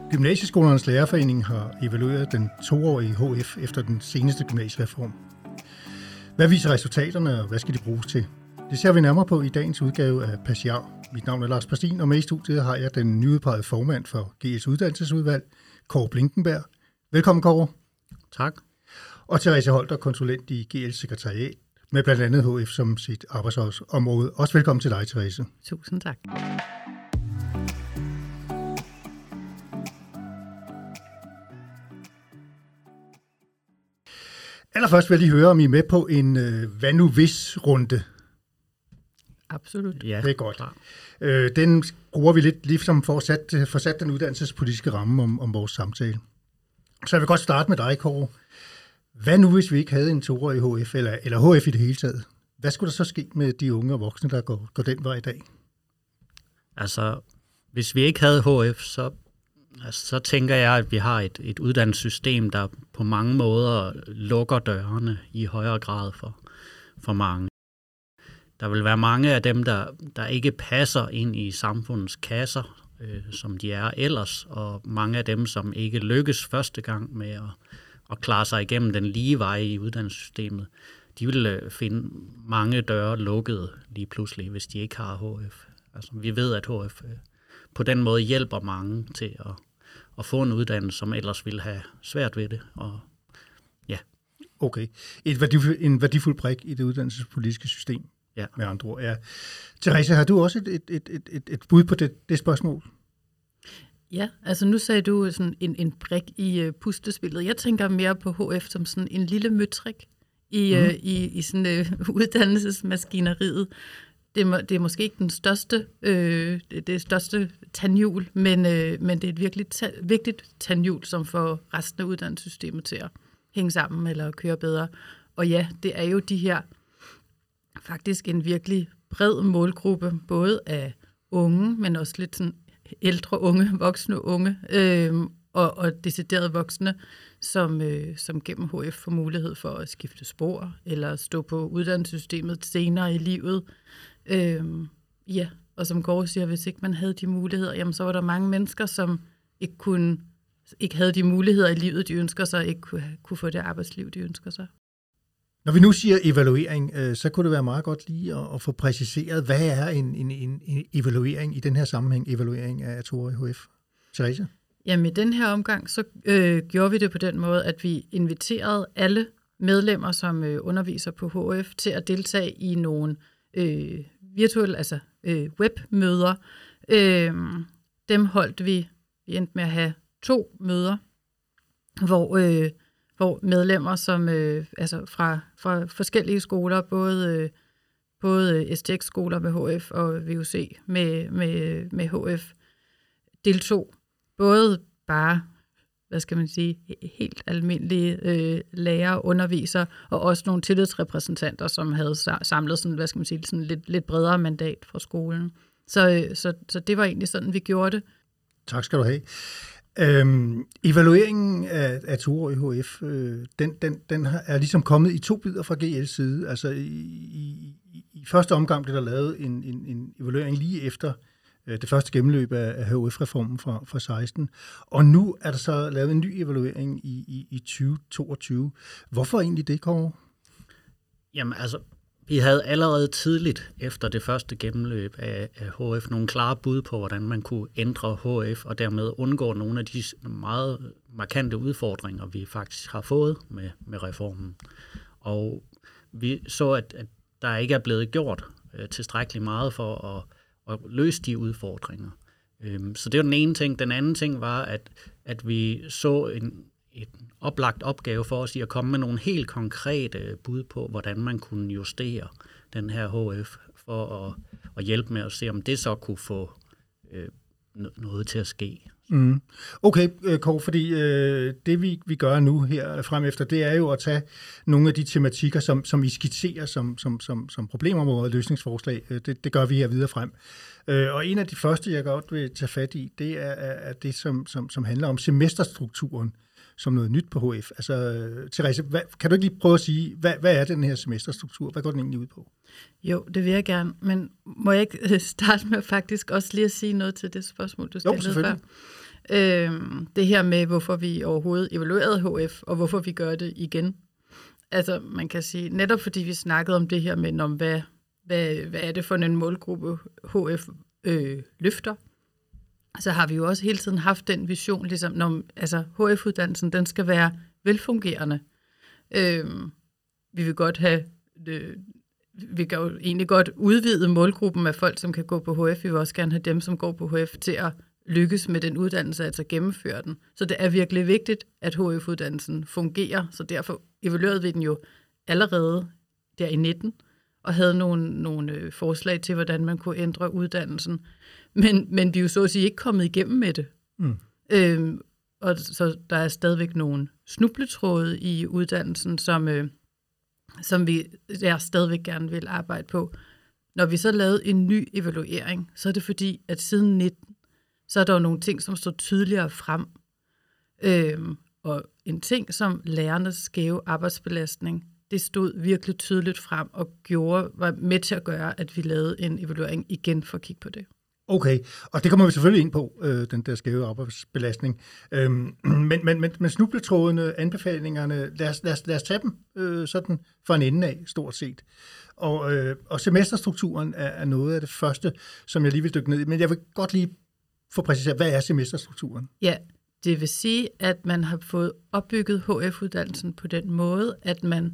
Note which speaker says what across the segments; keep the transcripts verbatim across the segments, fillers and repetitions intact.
Speaker 1: Gymnasieskolernes Lærerforening har evalueret den toårige H F efter den seneste gymnasiereform. Hvad viser resultaterne, og hvad skal de bruges til? Det ser vi nærmere på i dagens udgave af Passiar. Mit navn er Lars Pastin, og med i studiet har jeg den nyudpegede formand for G L's uddannelsesudvalg, Kåre Blinkenberg. Velkommen, Kåre.
Speaker 2: Tak.
Speaker 1: Og Therese Holter, konsulent i G L's sekretariat, med blandt andet H F som sit arbejdsområde. Også velkommen til dig, Therese.
Speaker 3: Tusind tak.
Speaker 1: Allerførst vil jeg lige høre, om I er med på en øh, hvad nu hvis-runde.
Speaker 3: Absolut.
Speaker 2: Ja,
Speaker 1: det er godt. Øh, den bruger vi lidt ligesom for at sætte, for sat den uddannelsespolitiske ramme om, om vores samtale. Så jeg vil godt starte med dig, Kåre. Hvad nu, hvis vi ikke havde en toårig H F, eller, eller H F i det hele taget? Hvad skulle der så ske med de unge og voksne, der går, går den vej i dag?
Speaker 2: Altså, hvis vi ikke havde H F, så, altså, så tænker jeg, at vi har et, et uddannelsessystem, der på mange måder lukker dørene i højere grad for, for mange. Der vil være mange af dem, der, der ikke passer ind i samfundets kasser, øh, som de er ellers, og mange af dem, som ikke lykkes første gang med at, at klare sig igennem den lige vej i uddannelsessystemet, de vil øh, finde mange døre lukket lige pludselig, hvis de ikke har H F. Altså, vi ved, at H F øh, på den måde hjælper mange til at, at få en uddannelse, som ellers ville have svært ved det. Og, ja.
Speaker 1: Okay. Et værdifuld, en værdifuld brik i det uddannelsespolitiske system.
Speaker 2: Ja.
Speaker 1: Med andre ord, ja. Therese, har du også et, et, et, et, et bud på det, det spørgsmål?
Speaker 3: Ja, altså nu sagde du sådan en, en brik i uh, pustespillet. Jeg tænker mere på H F som sådan en lille møtrik i, mm. uh, i, i sådan uh, uddannelsesmaskineriet. Det er, må, det er måske ikke den største, øh, det, det største tandhjul, men, øh, men det er et virkelig ta- vigtigt tandhjul, som får resten af uddannelsessystemet til at hænge sammen eller køre bedre. Og ja, det er jo de her faktisk en virkelig bred målgruppe, både af unge, men også lidt sådan ældre unge, voksne unge, øh, og, og deciderede voksne, som, øh, som gennem H F får mulighed for at skifte spor, eller stå på uddannelsessystemet senere i livet. Øh, ja, og som Kåre siger, hvis ikke man havde de muligheder, jamen så var der mange mennesker, som ikke, kunne, ikke havde de muligheder i livet, de ønsker sig, ikke kunne, kunne få det arbejdsliv, de ønsker sig.
Speaker 1: Når vi nu siger evaluering, øh, så kunne det være meget godt lige at, at få præciseret, hvad er en, en, en, en evaluering i den her sammenhæng, evaluering af toårig H F? Therese?
Speaker 3: Jamen i den her omgang, så øh, gjorde vi det på den måde, at vi inviterede alle medlemmer, som øh, underviser på H F, til at deltage i nogle øh, virtuelle, altså øh, webmøder. Øh, dem holdt vi, vi endte med at have to møder, hvor øh, hvor medlemmer som øh, altså fra, fra forskellige skoler, både, øh, både S T X-skoler med H F og V U C med, med, med H F, deltog. Både bare, hvad skal man sige, helt almindelige øh, lærere, undervisere, og også nogle tillidsrepræsentanter, som havde samlet sådan, hvad skal man sige, sådan lidt, lidt bredere mandat fra skolen. Så, så, så det var egentlig sådan, vi gjorde det.
Speaker 1: Tak skal du have. Øhm, evalueringen af, af toårig H F, øh, den, den, den er ligesom kommet i to bidder fra G L's side. Altså i, i, i første omgang blev der lavet en, en, en evaluering lige efter øh, det første gennemløb af, af H F-reformen fra, fra seksten, og nu er der så lavet en ny evaluering i, i, i tyve toogtyve. Hvorfor egentlig det, Kåre?
Speaker 2: Jamen altså, vi havde allerede tidligt efter det første gennemløb af, af H F nogle klare bud på, hvordan man kunne ændre H F og dermed undgå nogle af de meget markante udfordringer, vi faktisk har fået med, med reformen. Og vi så, at, at der ikke er blevet gjort øh, tilstrækkeligt meget for at, at løse de udfordringer. Øhm, så det var den ene ting. Den anden ting var, at, at vi så en en oplagt opgave for os i at komme med nogle helt konkrete bud på, hvordan man kunne justere den her H F for at, at hjælpe med at se, om det så kunne få øh, noget til at ske.
Speaker 1: Mm. Okay, Kåre, fordi øh, det vi, vi gør nu her frem efter, det er jo at tage nogle af de tematikker, som, som I skitserer som, som, som, som problemområder og løsningsforslag. Det, det gør vi her videre frem. Øh, og en af de første, jeg godt vil tage fat i, det er, er det, som, som, som handler om semesterstrukturen som noget nyt på H F. Altså, Therese, hvad, kan du ikke lige prøve at sige, hvad, hvad er den her semesterstruktur? Hvad går den egentlig ud på?
Speaker 3: Jo, det vil jeg gerne, men må jeg ikke starte med faktisk også lige at sige noget til det spørsmål, du stillede før? Øh, det her med, hvorfor vi overhovedet evaluerede H F, og hvorfor vi gør det igen. Altså, man kan sige, netop fordi vi snakkede om det her med, om hvad, hvad, hvad er det for en målgruppe H F øh, løfter, så har vi jo også hele tiden haft den vision, ligesom, når, altså H F-uddannelsen, den skal være velfungerende. Øh, vi vil godt have, øh, vi kan jo egentlig godt udvide målgruppen af folk, som kan gå på H F. Vi vil også gerne have dem, som går på H F, til at lykkes med den uddannelse, altså gennemføre den. Så det er virkelig vigtigt, at H F-uddannelsen fungerer, så derfor evaluerede vi den jo allerede der i nitten, og havde nogle, nogle forslag til, hvordan man kunne ændre uddannelsen. Men, men vi er jo så at sige ikke kommet igennem med det. Mm. Øhm, og så der er stadigvæk nogle snubletråde i uddannelsen, som, øh, som vi jeg stadigvæk gerne vil arbejde på. Når vi så lavede en ny evaluering, så er det fordi, at siden nitten, så er der jo nogle ting, som står tydeligere frem. Øhm, og en ting som lærernes skæve arbejdsbelastning, det stod virkelig tydeligt frem og gjorde, var med til at gøre, at vi lavede en evaluering igen for at kigge på det.
Speaker 1: Okay, og det kommer vi selvfølgelig ind på, øh, den der skæve arbejdsbelastning. Øhm, men, men, men, men snubletrådene, anbefalingerne, lad os, lad os, lad os tage dem øh, sådan for en ende af, stort set. Og, øh, og semesterstrukturen er, er noget af det første, som jeg lige vil dykke ned i. Men jeg vil godt lige få præciseret, hvad er semesterstrukturen?
Speaker 3: Ja, det vil sige, at man har fået opbygget H F-uddannelsen på den måde, at man,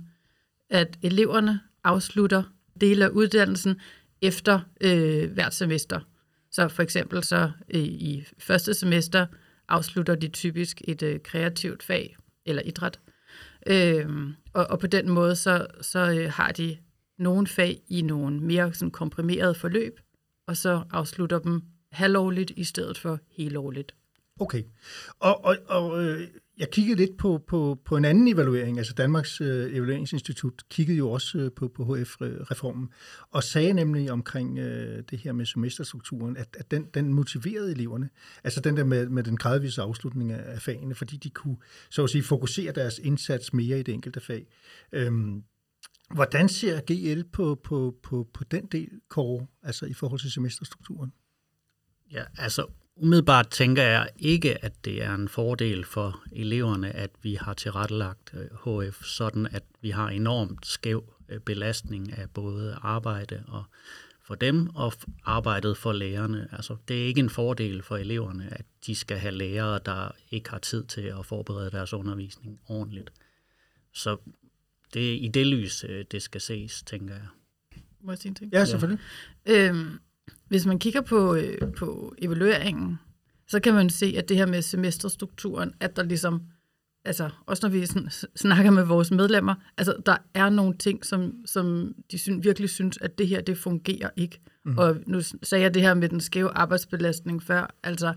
Speaker 3: at eleverne afslutter dele af uddannelsen efter øh, hvert semester. Så for eksempel så øh, i første semester afslutter de typisk et øh, kreativt fag eller idræt. Øh, og, og på den måde så, så øh, har de nogle fag i nogle mere sådan, komprimerede forløb, og så afslutter dem halvårligt i stedet for helårligt.
Speaker 1: Okay. Og, og, og øh, jeg kiggede lidt på, på, på en anden evaluering, altså Danmarks øh, Evalueringsinstitut kiggede jo også øh, på, på H F-reformen, og sagde nemlig omkring øh, det her med semesterstrukturen, at, at den, den motiverede eleverne, altså den der med, med den gradvise afslutning af, af fagene, fordi de kunne så at sige fokusere deres indsats mere i det enkelte fag. Øhm, hvordan ser G L på, på, på, på den del, Kåre, altså i forhold til semesterstrukturen?
Speaker 2: Ja, altså umiddelbart tænker jeg ikke, at det er en fordel for eleverne, at vi har tilrettelagt H F sådan, at vi har enormt skæv belastning af både arbejde og for dem og arbejdet for lærerne. Altså, det er ikke en fordel for eleverne, at de skal have lærere, der ikke har tid til at forberede deres undervisning ordentligt. Så det er i det lys, det skal ses, tænker jeg.
Speaker 3: Må jeg sige en ting?
Speaker 1: Ja, selvfølgelig.
Speaker 3: Ja. Øhm, hvis man kigger på, øh, på evalueringen, så kan man se, at det her med semesterstrukturen, at der ligesom, altså også når vi sådan, snakker med vores medlemmer, altså der er nogle ting, som, som de synes, virkelig synes, at det her, det fungerer ikke. Mm. Og nu sagde jeg det her med den skæve arbejdsbelastning før, altså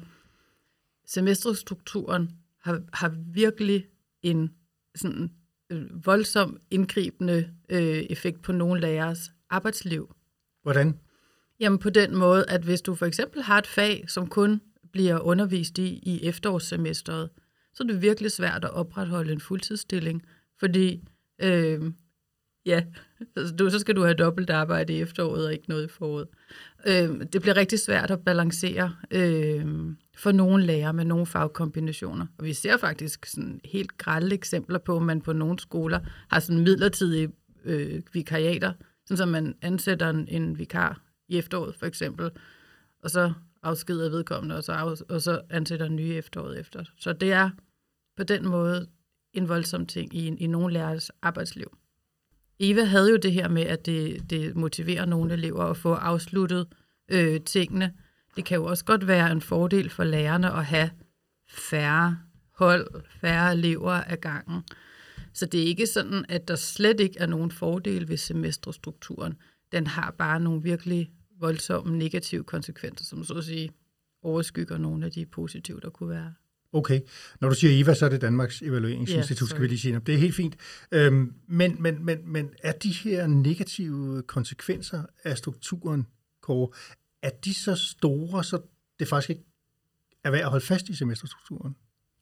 Speaker 3: semesterstrukturen har, har virkelig en sådan øh, voldsom indgribende øh, effekt på nogle lærers arbejdsliv.
Speaker 1: Hvordan?
Speaker 3: Jamen på den måde, at hvis du for eksempel har et fag, som kun bliver undervist i i efterårssemesteret, så er det virkelig svært at opretholde en fuldtidsstilling, fordi øh, ja, altså, du, så skal du have dobbelt arbejde i efteråret og ikke noget i foråret. Øh, det bliver rigtig svært at balancere øh, for nogle lærere med nogle fagkombinationer. Og vi ser faktisk sådan helt grelle eksempler på, at man på nogle skoler har sådan midlertidige øh, vikariater, sådan så man ansætter en, en vikar i efteråret for eksempel, og så afskeder vedkommende, og så, af, og så ansætter en nye efteråret efter. Så det er på den måde en voldsom ting i, i nogle lærers arbejdsliv. Eva havde jo det her med, at det, det motiverer nogle elever at få afsluttet øh, tingene. Det kan jo også godt være en fordel for lærerne at have færre hold, færre elever af gangen. Så det er ikke sådan, at der slet ikke er nogen fordel ved semesterstrukturen. Den har bare nogle virkelig voldsomme negative konsekvenser, som så at sige overskygger nogle af de positive, der kunne være.
Speaker 1: Okay. Når du siger Eva, så er det Danmarks Evalueringsinstitut, yeah, skal vi lige sige. Det er helt fint. Øhm, men, men, men, men er de her negative konsekvenser af strukturen, Kåre, er de så store, så det faktisk ikke er værd at holde fast i semesterstrukturen?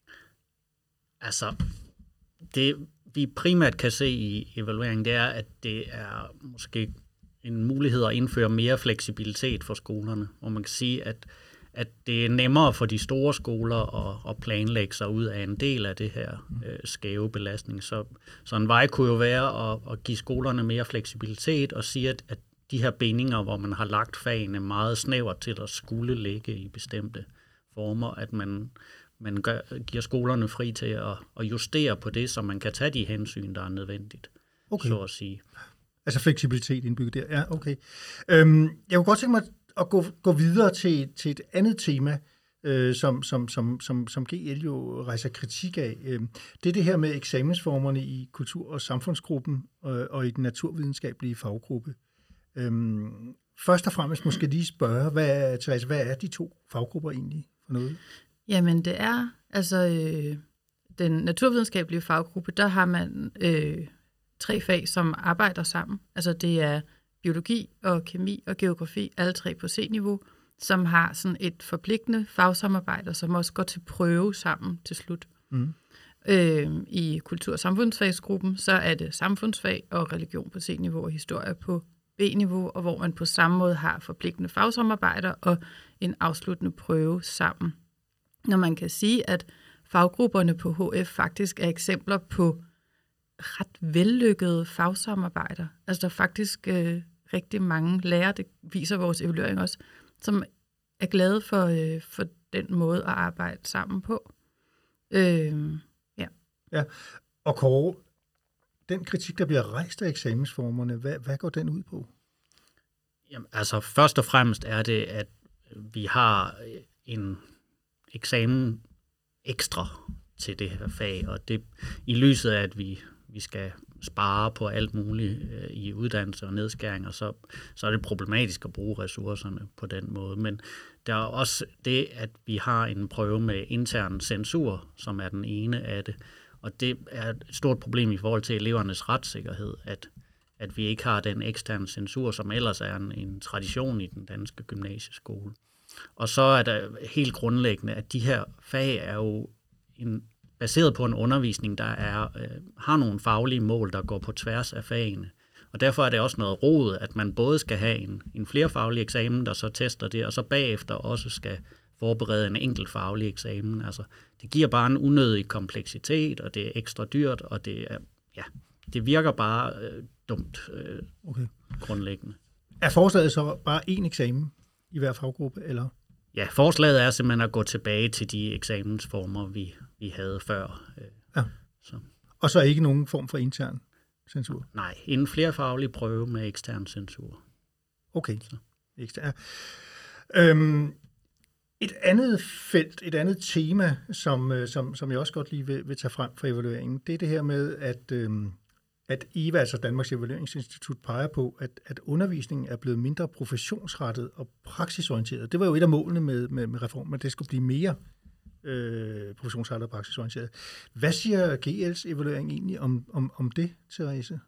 Speaker 2: Altså, det vi primært kan se i evalueringen, det er, at det er måske en mulighed at indføre mere fleksibilitet for skolerne, hvor man kan sige, at at det er nemmere for de store skoler at, at planlægge sig ud af en del af det her øh, skæve belastning. Så, så en vej kunne jo være at, at give skolerne mere fleksibilitet og sige, at, at de her bindinger, hvor man har lagt fagene meget snævert til at skulle ligge i bestemte former, at man, man gør, giver skolerne fri til at, at justere på det, så man kan tage de hensyn, der er nødvendigt,
Speaker 1: okay.
Speaker 2: så at sige.
Speaker 1: Altså fleksibilitet indbygget der. Ja, okay. Øhm, jeg kunne godt tænke mig at gå, gå videre til, til et andet tema, øh, som, som, som, som, som G L jo rejser kritik af. Øh, det er det her med eksamensformerne i kultur- og samfundsgruppen øh, og i den naturvidenskabelige faggruppe. Øhm, først og fremmest måske lige spørge, hvad, Therese, hvad er de to faggrupper egentlig for noget?
Speaker 3: Jamen det er, altså øh, den naturvidenskabelige faggruppe, der har man øh, tre fag, som arbejder sammen. Altså det er biologi og kemi og geografi, alle tre på C-niveau, som har sådan et forpligtende fagsamarbejde, som også går til prøve sammen til slut. Mm. Øh, I kultur- og samfundsfagsgruppen, så er det samfundsfag og religion på C-niveau og historie på B-niveau, og hvor man på samme måde har forpligtende fagsamarbejder og en afsluttende prøve sammen. Når man kan sige, at faggrupperne på H F faktisk er eksempler på ret vellykkede fagsamarbejder. Altså der er faktisk øh, rigtig mange lærere, det viser vores evaluering også, som er glade for, øh, for den måde at arbejde sammen på. Øh, ja.
Speaker 1: Ja, og Kåre, den kritik, der bliver rejst af eksamensformerne, hvad, hvad går den ud på?
Speaker 2: Jamen, altså først og fremmest er det, at vi har en eksamen ekstra til det her fag, og det i lyset af, at vi, vi skal spare på alt muligt øh, i uddannelse og nedskæringer, så, så er det problematisk at bruge ressourcerne på den måde. Men der er også det, at vi har en prøve med intern censur, som er den ene af det, og det er et stort problem i forhold til elevernes retssikkerhed, at, at vi ikke har den eksterne censur, som ellers er en, en tradition i den danske gymnasieskole. Og så er der helt grundlæggende, at de her fag er jo en, baseret på en undervisning, der er, øh, har nogle faglige mål, der går på tværs af fagene. Og derfor er det også noget rod, at man både skal have en, en flerfaglig eksamen, der så tester det, og så bagefter også skal forberede en enkelt faglig eksamen. Altså, det giver bare en unødig kompleksitet, og det er ekstra dyrt, og det, er, ja, det virker bare øh, dumt øh, okay. grundlæggende.
Speaker 1: Er forslaget så bare én eksamen i hver faggruppe, eller?
Speaker 2: Ja, forslaget er simpelthen at gå tilbage til de eksamensformer, vi, vi havde før.
Speaker 1: Ja. Så. Og så ikke nogen form for intern censur?
Speaker 2: Nej, en flerfaglig prøve med ekstern censur.
Speaker 1: Okay. Så. Ekstern. Øhm, et andet felt, et andet tema, som, som, som jeg også godt lige vil, vil tage frem for evalueringen, det er det her med, at, øhm, at E V A, altså Danmarks Evalueringsinstitut, peger på, at, at undervisningen er blevet mindre professionsrettet og praksisorienteret. Det var jo et af målene med, med, med reformen, at det skulle blive mere øh, professionsrettet og praksisorienteret. Hvad siger G L's evaluering egentlig om, om, om det, Therese?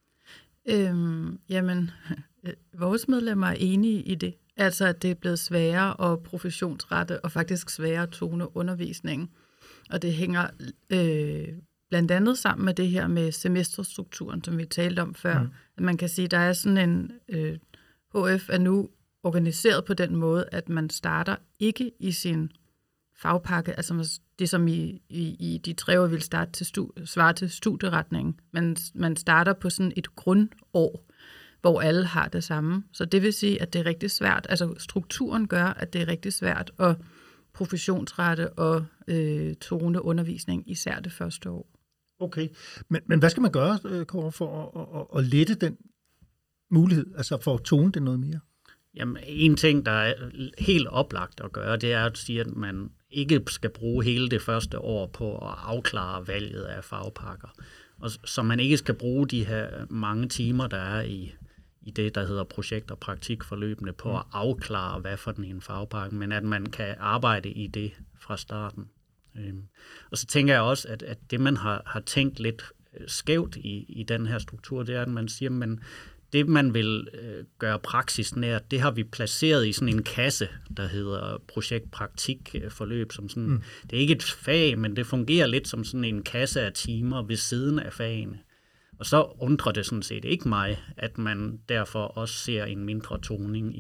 Speaker 3: Øhm, jamen, vores medlemmer er enige i det. Altså, at det er blevet sværere at professionsrette og faktisk sværere at tone undervisningen. Og det hænger øh, blandt andet sammen med det her med semesterstrukturen, som vi talte om før. Mm. At man kan sige, at der er sådan en... Øh, H F er nu organiseret på den måde, at man starter ikke i sin fagpakke, altså det som i, i, i de tre år vil starte til stu, svare til studieretningen. Man, man starter på sådan et grundår, hvor alle har det samme. Så det vil sige, at det er rigtig svært, altså strukturen gør, at det er rigtig svært at professionsrette og øh, tone undervisning, især det første år.
Speaker 1: Okay, men, men hvad skal man gøre, Kåre, for at, at, at lette den mulighed, altså for at tone det noget mere?
Speaker 2: Jamen, en ting, der er helt oplagt at gøre, det er at sige, at man ikke skal bruge hele det første år på at afklare valget af fagpakker. Og så man ikke skal bruge de her mange timer, der er i, i det, der hedder projekt- og praktikforløbene, på at afklare, hvad for den en fagpakke, men at man kan arbejde i det fra starten. Og så tænker jeg også, at, at det, man har, har tænkt lidt skævt i, i den her struktur, det er, at man siger, men det, man vil øh, gøre praksisnært, det har vi placeret i sådan en kasse, der hedder projekt-praktik-forløb. Som sådan, mm. Det er ikke et fag, men det fungerer lidt som sådan en kasse af timer ved siden af fagene. Og så undrer det sådan set ikke mig, at man derfor også ser en mindre toning i, i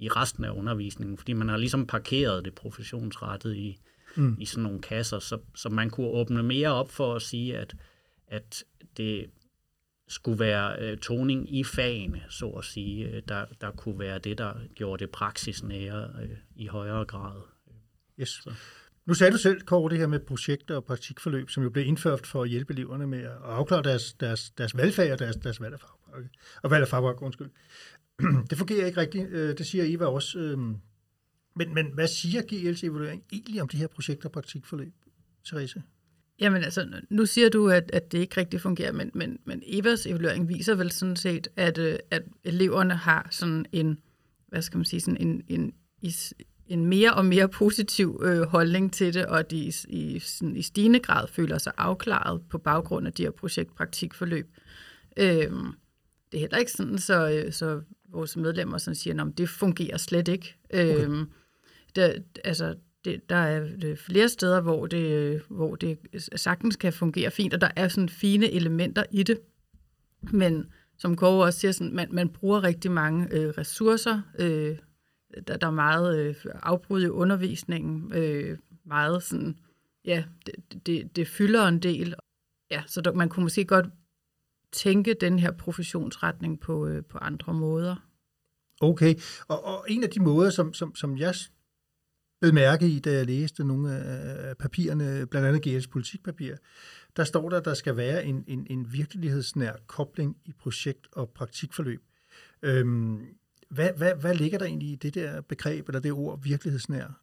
Speaker 2: i resten af undervisningen, fordi man har ligesom parkeret det professionsrettet i, mm. i sådan nogle kasser, så, så man kunne åbne mere op for at sige, at, at det skulle være øh, toning i fagene, så at sige, øh, der, der kunne være det, der gjorde det praksisnære øh, i højere grad.
Speaker 1: Yes. Så. Nu sagde du selv, Kåre, det her med projekter og praktikforløb, som jo blev indført for at hjælpe eleverne med at afklare deres, deres, deres valgfag og deres, deres valg af fagpakke. Og valg af fagpakke, undskyld. Det fungerer ikke rigtigt, det siger Eva også. Men, men hvad siger G L's evaluering egentlig om de her projekter og praktikforløb, Therese?
Speaker 3: Jamen altså, nu siger du, at, at det ikke rigtig fungerer, men, men, men Evas evaluering viser vel sådan set, at, at eleverne har sådan en, hvad skal man sige, sådan en, en, en mere og mere positiv øh, holdning til det, og de i, sådan, i stigende grad føler sig afklaret på baggrund af de her projektpraktikforløb. Øhm, det er heller ikke sådan, så, så vores medlemmer sådan siger, at det fungerer slet ikke. Okay. Øhm, der, altså, det, der er flere steder, hvor det, hvor det sagtens kan fungere fint, og der er sådan fine elementer i det. Men som Kåre også siger, sådan, man, man bruger rigtig mange øh, ressourcer. Øh, der, der er meget øh, afbrud i undervisningen. Øh, meget sådan, ja, det, det, det fylder en del. Ja, så der, man kunne måske godt tænke den her professionsretning på, øh, på andre måder.
Speaker 1: Okay, og, og en af de måder, som, som, som jeg blev mærke i, da jeg læste nogle af papirerne, blandt andet G L's politikpapir, der står der, at der skal være en, en, en virkelighedsnær kobling i projekt- og praktikforløb. Øhm, hvad, hvad, hvad ligger der egentlig i det der begreb, eller det ord virkelighedsnær?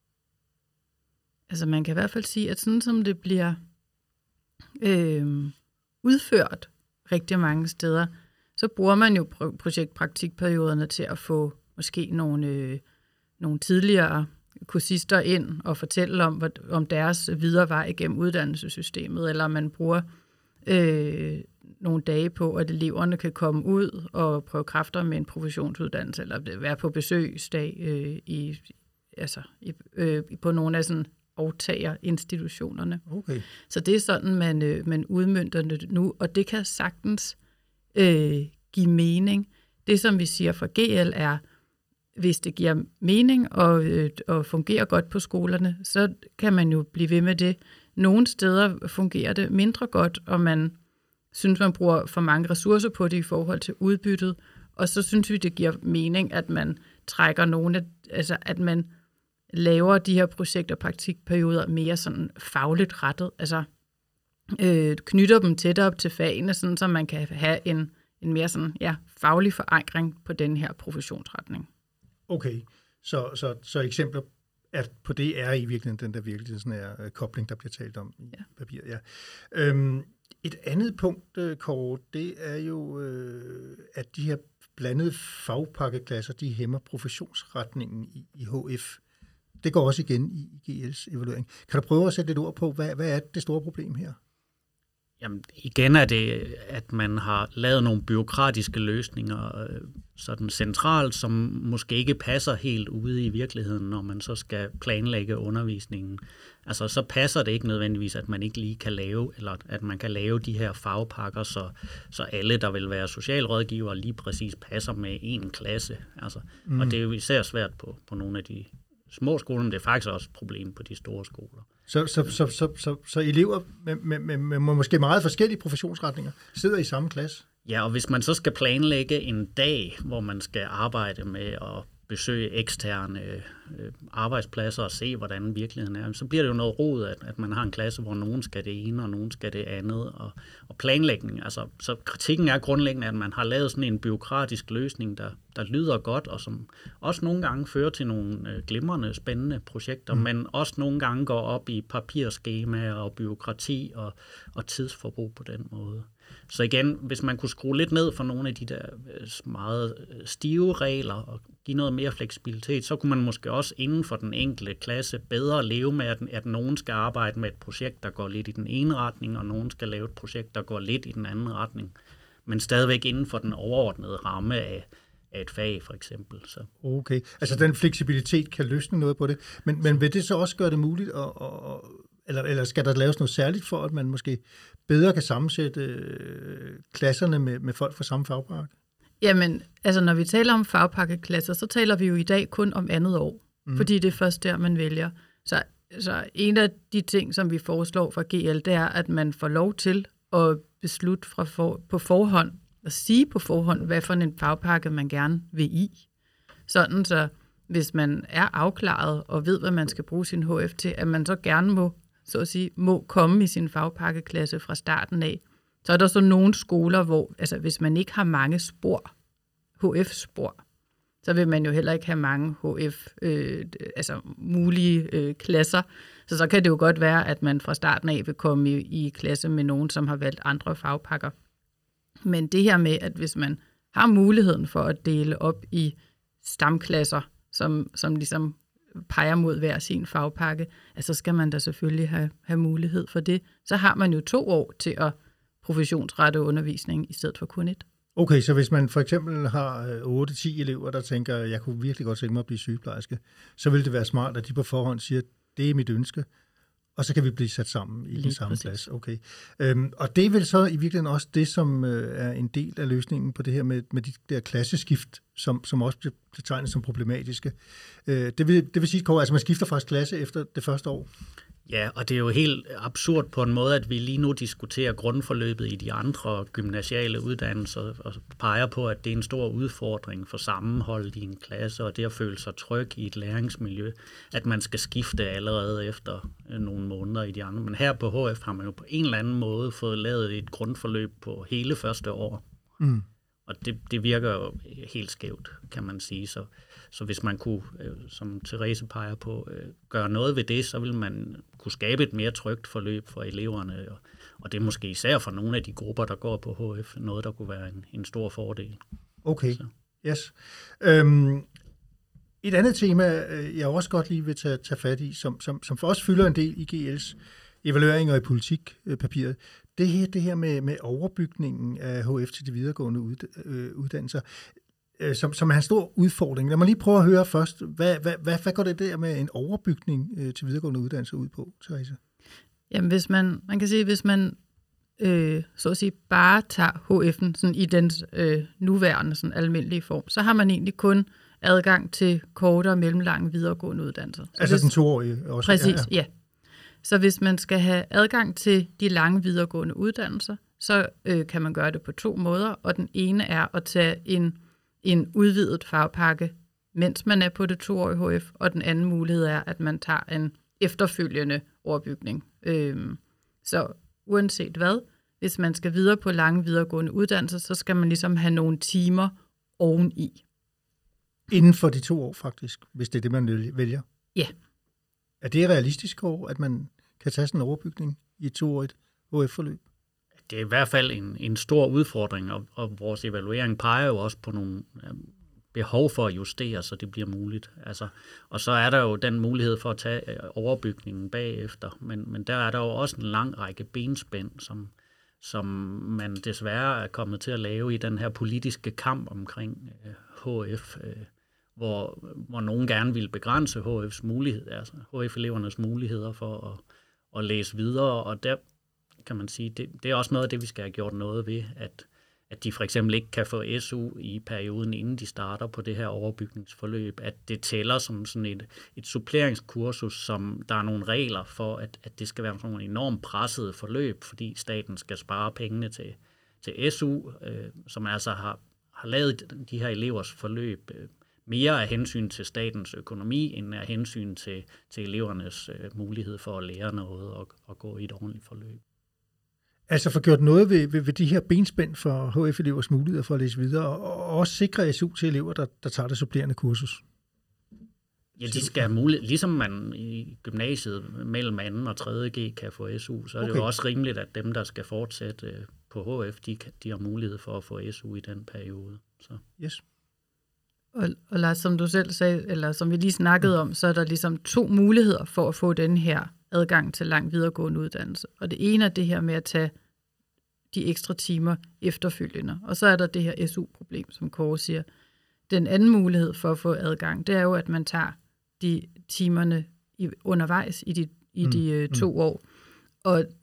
Speaker 3: Altså man kan i hvert fald sige, at sådan som det bliver øh, udført rigtig mange steder, så bruger man jo projektpraktikperioderne til at få måske nogle, øh, nogle tidligere kursister ind og fortælle om, om deres videre vej igennem uddannelsessystemet, eller man bruger øh, nogle dage på, at eleverne kan komme ud og prøve kræfter med en professionsuddannelse, eller være på besøgsdag øh, i, altså, i, øh, på nogle af sådan aftagerinstitutionerne.
Speaker 1: Okay.
Speaker 3: Så det er sådan, man, øh, man udmønter det nu, og det kan sagtens øh, give mening. Det, som vi siger fra G L, er, hvis det giver mening og, øh, og fungerer godt på skolerne, så kan man jo blive ved med det. Nogle steder fungerer det mindre godt, og man synes, man bruger for mange ressourcer på det i forhold til udbyttet, og så synes vi, det giver mening, at man trækker nogle af, altså at man laver de her projekt- og praktikperioder mere sådan fagligt rettet, altså øh, knytter dem tættere op til fagene, sådan, så man kan have en, en mere sådan, ja, faglig forankring på den her professionsretning.
Speaker 1: Okay, så, så, så eksempler at på det er i virkeligheden den der virkelig sådan her kobling, der bliver talt om i ja. papiret. Ja. Øhm, et andet punkt, Kåre, det er jo, øh, at de her blandede fagpakkeklasser, de hæmmer professionsretningen i, i H F. Det går også igen i G L's evaluering. Kan du prøve at sætte lidt ord på, hvad, hvad er det store problem her?
Speaker 2: Jamen, igen er det, at man har lavet nogle byråkratiske løsninger sådan centralt, som måske ikke passer helt ude i virkeligheden, når man så skal planlægge undervisningen. Altså, så passer det ikke nødvendigvis, at man ikke lige kan lave, eller at man kan lave de her fagpakker, så, så alle, der vil være socialrådgivere, lige præcis passer med en klasse. Altså, mm. Og det er jo især svært på, på nogle af de små skoler, men det er faktisk også et problem på de store skoler.
Speaker 1: Så, så, så, så, så, så elever med, med, med, med måske meget forskellige professionsretninger sidder i samme klasse?
Speaker 2: Ja, og hvis man så skal planlægge en dag, hvor man skal arbejde med at besøge eksterne øh, arbejdspladser og se, hvordan virkeligheden er, så bliver det jo noget rod, at, at man har en klasse, hvor nogen skal det ene, og nogen skal det andet. Og, og planlægning, altså, så kritikken er grundlæggende, at man har lavet sådan en byråkratisk løsning, der, der lyder godt, og som også nogle gange fører til nogle øh, glimrende, spændende projekter, mm. men også nogle gange går op i papirskemaer og byråkrati og, og tidsforbrug på den måde. Så igen, hvis man kunne skrue lidt ned for nogle af de der meget stive regler og give noget mere fleksibilitet, så kunne man måske også inden for den enkelte klasse bedre leve med, at, at nogen skal arbejde med et projekt, der går lidt i den ene retning, og nogen skal lave et projekt, der går lidt i den anden retning. Men stadigvæk inden for den overordnede ramme af, af et fag, for eksempel. Så. Okay,
Speaker 1: altså den fleksibilitet kan løsne noget på det. Men, men vil det så også gøre det muligt at... at Eller, eller skal der laves noget særligt for, at man måske bedre kan sammensætte øh, klasserne med, med folk fra samme fagpakke?
Speaker 3: Jamen, altså når vi taler om fagpakkeklasser, så taler vi jo i dag kun om andet år, mm. fordi det er først der, man vælger. Så, så en af de ting, som vi foreslår fra G L, det er, at man får lov til at beslutte fra for, på forhånd, at sige på forhånd, hvad for en fagpakke man gerne vil i. Sådan så, hvis man er afklaret og ved, hvad man skal bruge sin H F til, at man så gerne må, så at sige, må komme i sin fagpakkeklasse fra starten af. Så er der så nogle skoler, hvor altså, hvis man ikke har mange spor, H F-spor, så vil man jo heller ikke have mange H F, øh, altså mulige øh, klasser. Så så kan det jo godt være, at man fra starten af vil komme i, i klasse med nogen, som har valgt andre fagpakker. Men det her med, at hvis man har muligheden for at dele op i stamklasser, som, som ligesom peger mod hver sin fagpakke, altså skal man da selvfølgelig have, have mulighed for det. Så har man jo to år til at professionsrette undervisning i stedet for kun et.
Speaker 1: Okay, så hvis man for eksempel har otte til ti elever, der tænker, jeg kunne virkelig godt tænke mig at blive sygeplejerske, så vil det være smart, at de på forhånd siger, det er mit ønske, og så kan vi blive sat sammen i Lige den samme præcis. klasse. Okay. Øhm, og det er vel så i virkeligheden også det, som øh, er en del af løsningen på det her med, med de der klasseskift, som, som også bliver betegnet som problematiske. Øh, det, vil, det vil sige, at altså, man skifter faktisk klasse efter det første år.
Speaker 2: Ja, og det er jo helt absurd på en måde, at vi lige nu diskuterer grundforløbet i de andre gymnasiale uddannelser og peger på, at det er en stor udfordring for sammenholdet i en klasse, og det at føle sig tryg i et læringsmiljø, at man skal skifte allerede efter nogle måneder i de andre. Men her på H F har man jo på en eller anden måde fået lavet et grundforløb på hele første år. Mm. Og det, det virker jo helt skævt, kan man sige. Så, så hvis man kunne, øh, som Therese peger på, øh, gøre noget ved det, så vil man kunne skabe et mere trygt forløb for eleverne. Og, og det er måske især for nogle af de grupper, der går på H F, noget, der kunne være en, en stor fordel.
Speaker 1: Okay, så. Yes. Øhm, et andet tema, jeg også godt lige vil tage, tage fat i, som, som, som for os fylder en del i G L's evalueringer i politikpapiret, det her, det her med, med overbygningen af H F til de videregående uddannelser, som, som er en stor udfordring. Lad mig lige prøve at høre først, hvad, hvad, hvad, hvad går det der med en overbygning til videregående uddannelser ud på, Therese?
Speaker 3: Jamen, hvis man, man kan sige, hvis man øh, så at sige, bare tager H F'en sådan i dens øh, nuværende sådan almindelige form, så har man egentlig kun adgang til korte og mellemlange videregående uddannelser. Så
Speaker 1: altså
Speaker 3: hvis,
Speaker 1: den toårige også?
Speaker 3: Præcis, ja. ja. Så hvis man skal have adgang til de lange videregående uddannelser, så øh, kan man gøre det på to måder, og den ene er at tage en, en udvidet fagpakke, mens man er på det toårige H F, og den anden mulighed er, at man tager en efterfølgende overbygning. Øhm, så uanset hvad, hvis man skal videre på lange videregående uddannelser, så skal man ligesom have nogle timer oveni.
Speaker 1: Inden for de to år faktisk, hvis det er det, man vælger?
Speaker 3: Ja.
Speaker 1: Er det realistisk år, at man kan tage sådan en overbygning i et toårigt H F-forløb?
Speaker 2: Det er i hvert fald en, en stor udfordring, og, og vores evaluering peger jo også på nogle um, behov for at justere, så det bliver muligt. Altså, og så er der jo den mulighed for at tage uh, overbygningen bagefter, men, men der er der jo også en lang række benspænd, som, som man desværre er kommet til at lave i den her politiske kamp omkring uh, H F, uh, hvor, hvor nogen gerne vil begrænse H F's mulighed, altså H F-elevernes muligheder for at, at læse videre, og der kan man sige, det, det er også noget af det, vi skal have gjort noget ved, at, at de for eksempel ikke kan få S U i perioden, inden de starter på det her overbygningsforløb, at det tæller som sådan et, et suppleringskursus, som der er nogle regler for, at, at det skal være sådan nogle enormt pressede forløb, fordi staten skal spare pengene til, til S U, øh, som altså har, har lavet de her elevers forløb øh, mere af hensyn til statens økonomi, end af hensyn til, til elevernes øh, mulighed for at lære noget og, og gå i et ordentligt forløb.
Speaker 1: Altså få gjort noget ved, ved, ved de her benspænd for H F-elevers muligheder for at læse videre, og også sikre S U til elever, der, der tager det supplerende kursus?
Speaker 2: Ja, de skal have mulighed. Ligesom man i gymnasiet mellem anden og tredje G kan få S U, så er okay. Det jo også rimeligt, at dem, der skal fortsætte på H F, de, de har mulighed for at få S U i den periode. Så.
Speaker 1: Yes.
Speaker 3: Og, og Lars, som du selv sagde, eller som vi lige snakkede om, så er der ligesom to muligheder for at få den her adgang til lang videregående uddannelse. Og det ene er det her med at tage de ekstra timer efterfølgende. Og så er der det her S U-problem, som Kåre siger. Den anden mulighed for at få adgang, det er jo, at man tager de timerne i, undervejs i de, i de mm. to mm. år. Og, og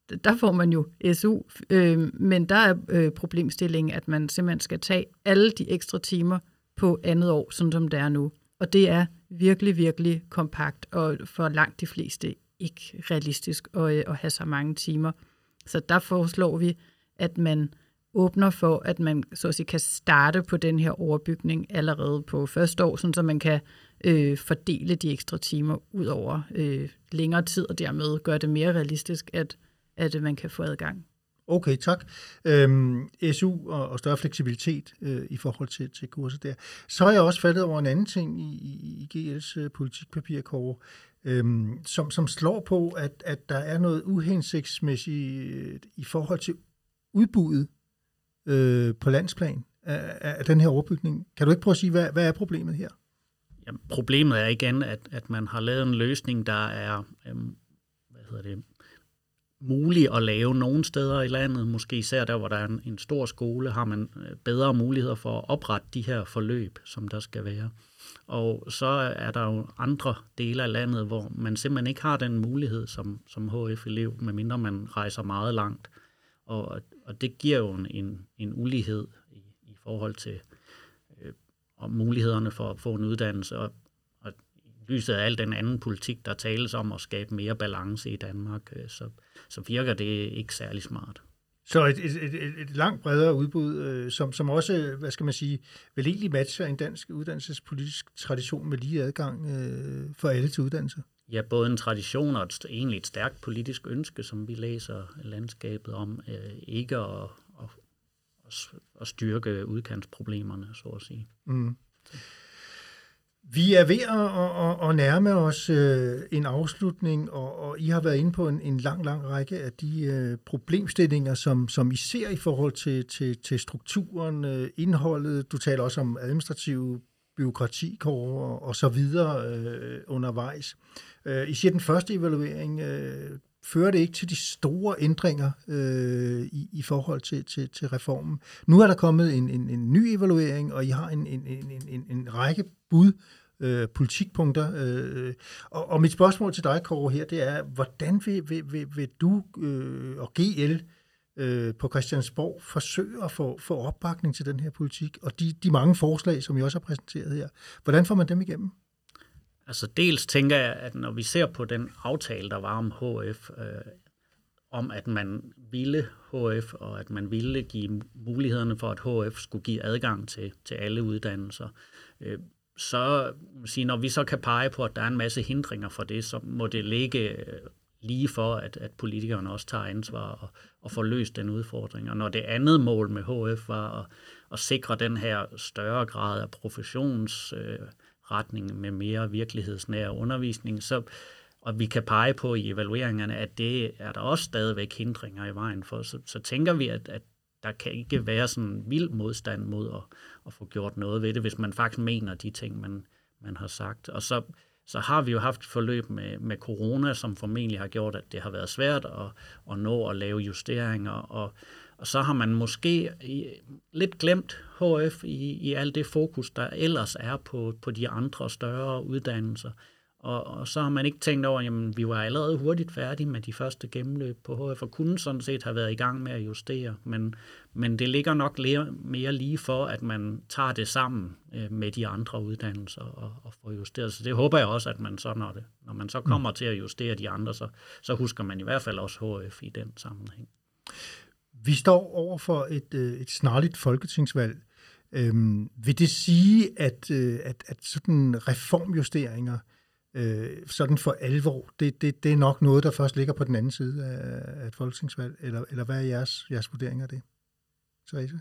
Speaker 3: der får man jo S U, øh, men der er øh, problemstillingen, at man simpelthen skal tage alle de ekstra timer på andet år, sådan som det er nu. Og det er virkelig, virkelig kompakt, og for langt de fleste ikke realistisk at, at have så mange timer. Så der foreslår vi, at man åbner for, at man så at sige, kan starte på den her overbygning allerede på første år, sådan så man kan øh, fordele de ekstra timer ud over øh, længere tid, og dermed gøre det mere realistisk, at, at man kan få adgang.
Speaker 1: Okay, tak. Øhm, S U og, og større fleksibilitet øh, i forhold til, til kurser der. Så har jeg også faldet over en anden ting i, i, i G L's øh, politikpapir, Kåre, øhm, som, som slår på, at, at der er noget uhensigtsmæssigt øh, i forhold til udbuddet øh, på landsplan af, af den her overbygning. Kan du ikke prøve at sige, hvad, hvad er problemet her?
Speaker 2: Jamen, problemet er igen, at, at man har lavet en løsning, der er øhm, hvad hedder det, mulig at lave nogle steder i landet. Måske især der, hvor der er en, en stor skole, har man bedre muligheder for at oprette de her forløb, som der skal være. Og så er der jo andre dele af landet, hvor man simpelthen ikke har den mulighed som, som H F-elev, medmindre man rejser meget langt. Og, og det giver jo en, en, en ulighed i, i forhold til øh, og mulighederne for at få en uddannelse. Og, og i lyset af al den anden politik, der tales om at skabe mere balance i Danmark, øh, så, så virker det ikke særlig smart.
Speaker 1: Så et, et, et, et langt bredere udbud, øh, som, som også, hvad skal man sige, vel egentlig matcher en dansk uddannelsespolitisk tradition med lige adgang øh, for alle til uddannelse?
Speaker 2: Ja, både en tradition og et, egentlig et stærkt politisk ønske, som vi læser landskabet om, øh, ikke at, at, at styrke udkantsproblemerne, så at sige.
Speaker 1: Mm. Vi er ved at, at, at nærme os øh, en afslutning, og, og I har været inde på en, en lang, lang række af de øh, problemstillinger, som, som I ser i forhold til, til, til strukturen, øh, indholdet. Du taler også om administrative bureaukrati, og, og så videre øh, undervejs. Øh, I siger, den første evaluering øh, fører det ikke til de store ændringer øh, i, i forhold til, til, til reformen. Nu er der kommet en, en, en ny evaluering, og I har en, en, en, en, en række bud, øh, politikpunkter. Øh, og, og mit spørgsmål til dig, Kåre, her, det er, hvordan vil, vil, vil, vil du øh, og G L øh, på Christiansborg forsøge at få, få opbakning til den her politik, og de, de mange forslag, som I også har præsenteret her, hvordan får man dem igennem?
Speaker 2: Altså dels tænker jeg, at når vi ser på den aftale, der var om H F, øh, om at man ville H F, og at man ville give mulighederne for, at H F skulle give adgang til, til alle uddannelser, øh, så sige, når vi så kan pege på, at der er en masse hindringer for det, så må det ligge øh, lige for, at, at politikerne også tager ansvar og, og får løst den udfordring. Og når det andet mål med H F var at, at sikre den her større grad af professions øh, retning med mere virkelighedsnær undervisning, så, og vi kan pege på i evalueringerne, at det er der også stadigvæk hindringer i vejen for, så, så tænker vi, at, at der kan ikke være sådan en vild modstand mod at, at få gjort noget ved det, hvis man faktisk mener de ting, man, man har sagt. Og så, så har vi jo haft et forløb med, med corona, som formentlig har gjort, at det har været svært at, at nå at lave justeringer, og Og så har man måske lidt glemt H F i, i alt det fokus, der ellers er på, på de andre større uddannelser. Og, og så har man ikke tænkt over, jamen vi var allerede hurtigt færdige med de første gennemløb på H F, og kunne sådan set have været i gang med at justere. Men, men det ligger nok mere, mere lige for, at man tager det sammen øh, med de andre uddannelser og, og får justeret. Så det håber jeg også, at man så, når, det, når man så kommer til at justere de andre, så, så husker man i hvert fald også H F i den sammenhæng.
Speaker 1: Vi står over for et, et snarligt folketingsvalg. Øhm, vil det sige, at, at, at sådan reformjusteringer, øh, sådan for alvor, det, det, det er nok noget, der først ligger på den anden side af et folketingsvalg? Eller, eller hvad er jeres, jeres vurdering af det? Therese?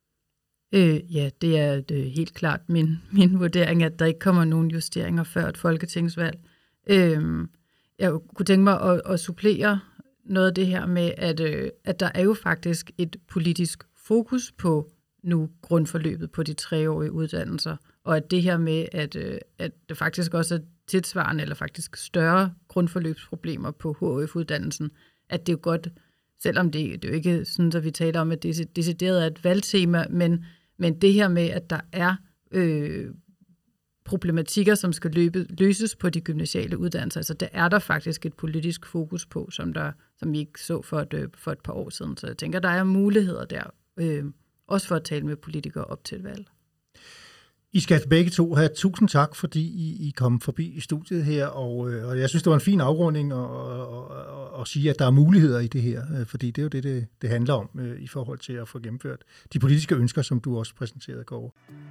Speaker 3: Øh, ja, det er det helt klart min, min vurdering, at der ikke kommer nogen justeringer før et folketingsvalg. Øh, jeg kunne tænke mig at, at supplere noget af det her med, at, øh, at der er jo faktisk et politisk fokus på nu grundforløbet på de treårige uddannelser, og at det her med, at, øh, at det faktisk også er tilsvarende, eller faktisk større grundforløbsproblemer på H F-uddannelsen, at det er jo godt, selvom det, det er jo ikke sådan, at vi taler om, at det er decideret er et valgtema, men, men det her med, at der er øh, problematikker, som skal løbe, løses på de gymnasiale uddannelser. Altså, der er der faktisk et politisk fokus på, som, der, som vi ikke så for et, for et par år siden. Så jeg tænker, der er muligheder der, øh, også for at tale med politikere op til et valg.
Speaker 1: I skal begge to have tusind tak, fordi I, I kom forbi i studiet her, og, og jeg synes, det var en fin afrunding at, at, at, at sige, at der er muligheder i det her, fordi det er jo det, det, det handler om i forhold til at få gennemført de politiske ønsker, som du også præsenterede, Kåre.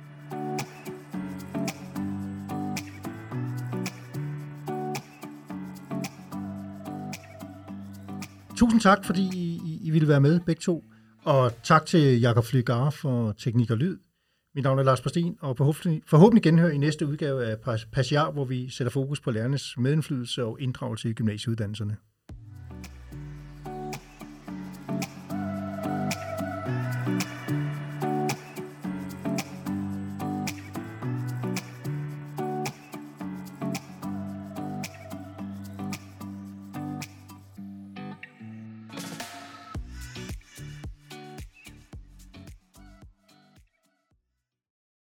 Speaker 1: Tusind tak, fordi I, I ville være med, begge to, og tak til Jakob Flygare for Teknik og Lyd. Mit navn er Lars Bastin, og forhåbentlig, forhåbentlig genhør i næste udgave af Passiar, hvor vi sætter fokus på lærernes medindflydelse og inddragelse i gymnasieuddannelserne.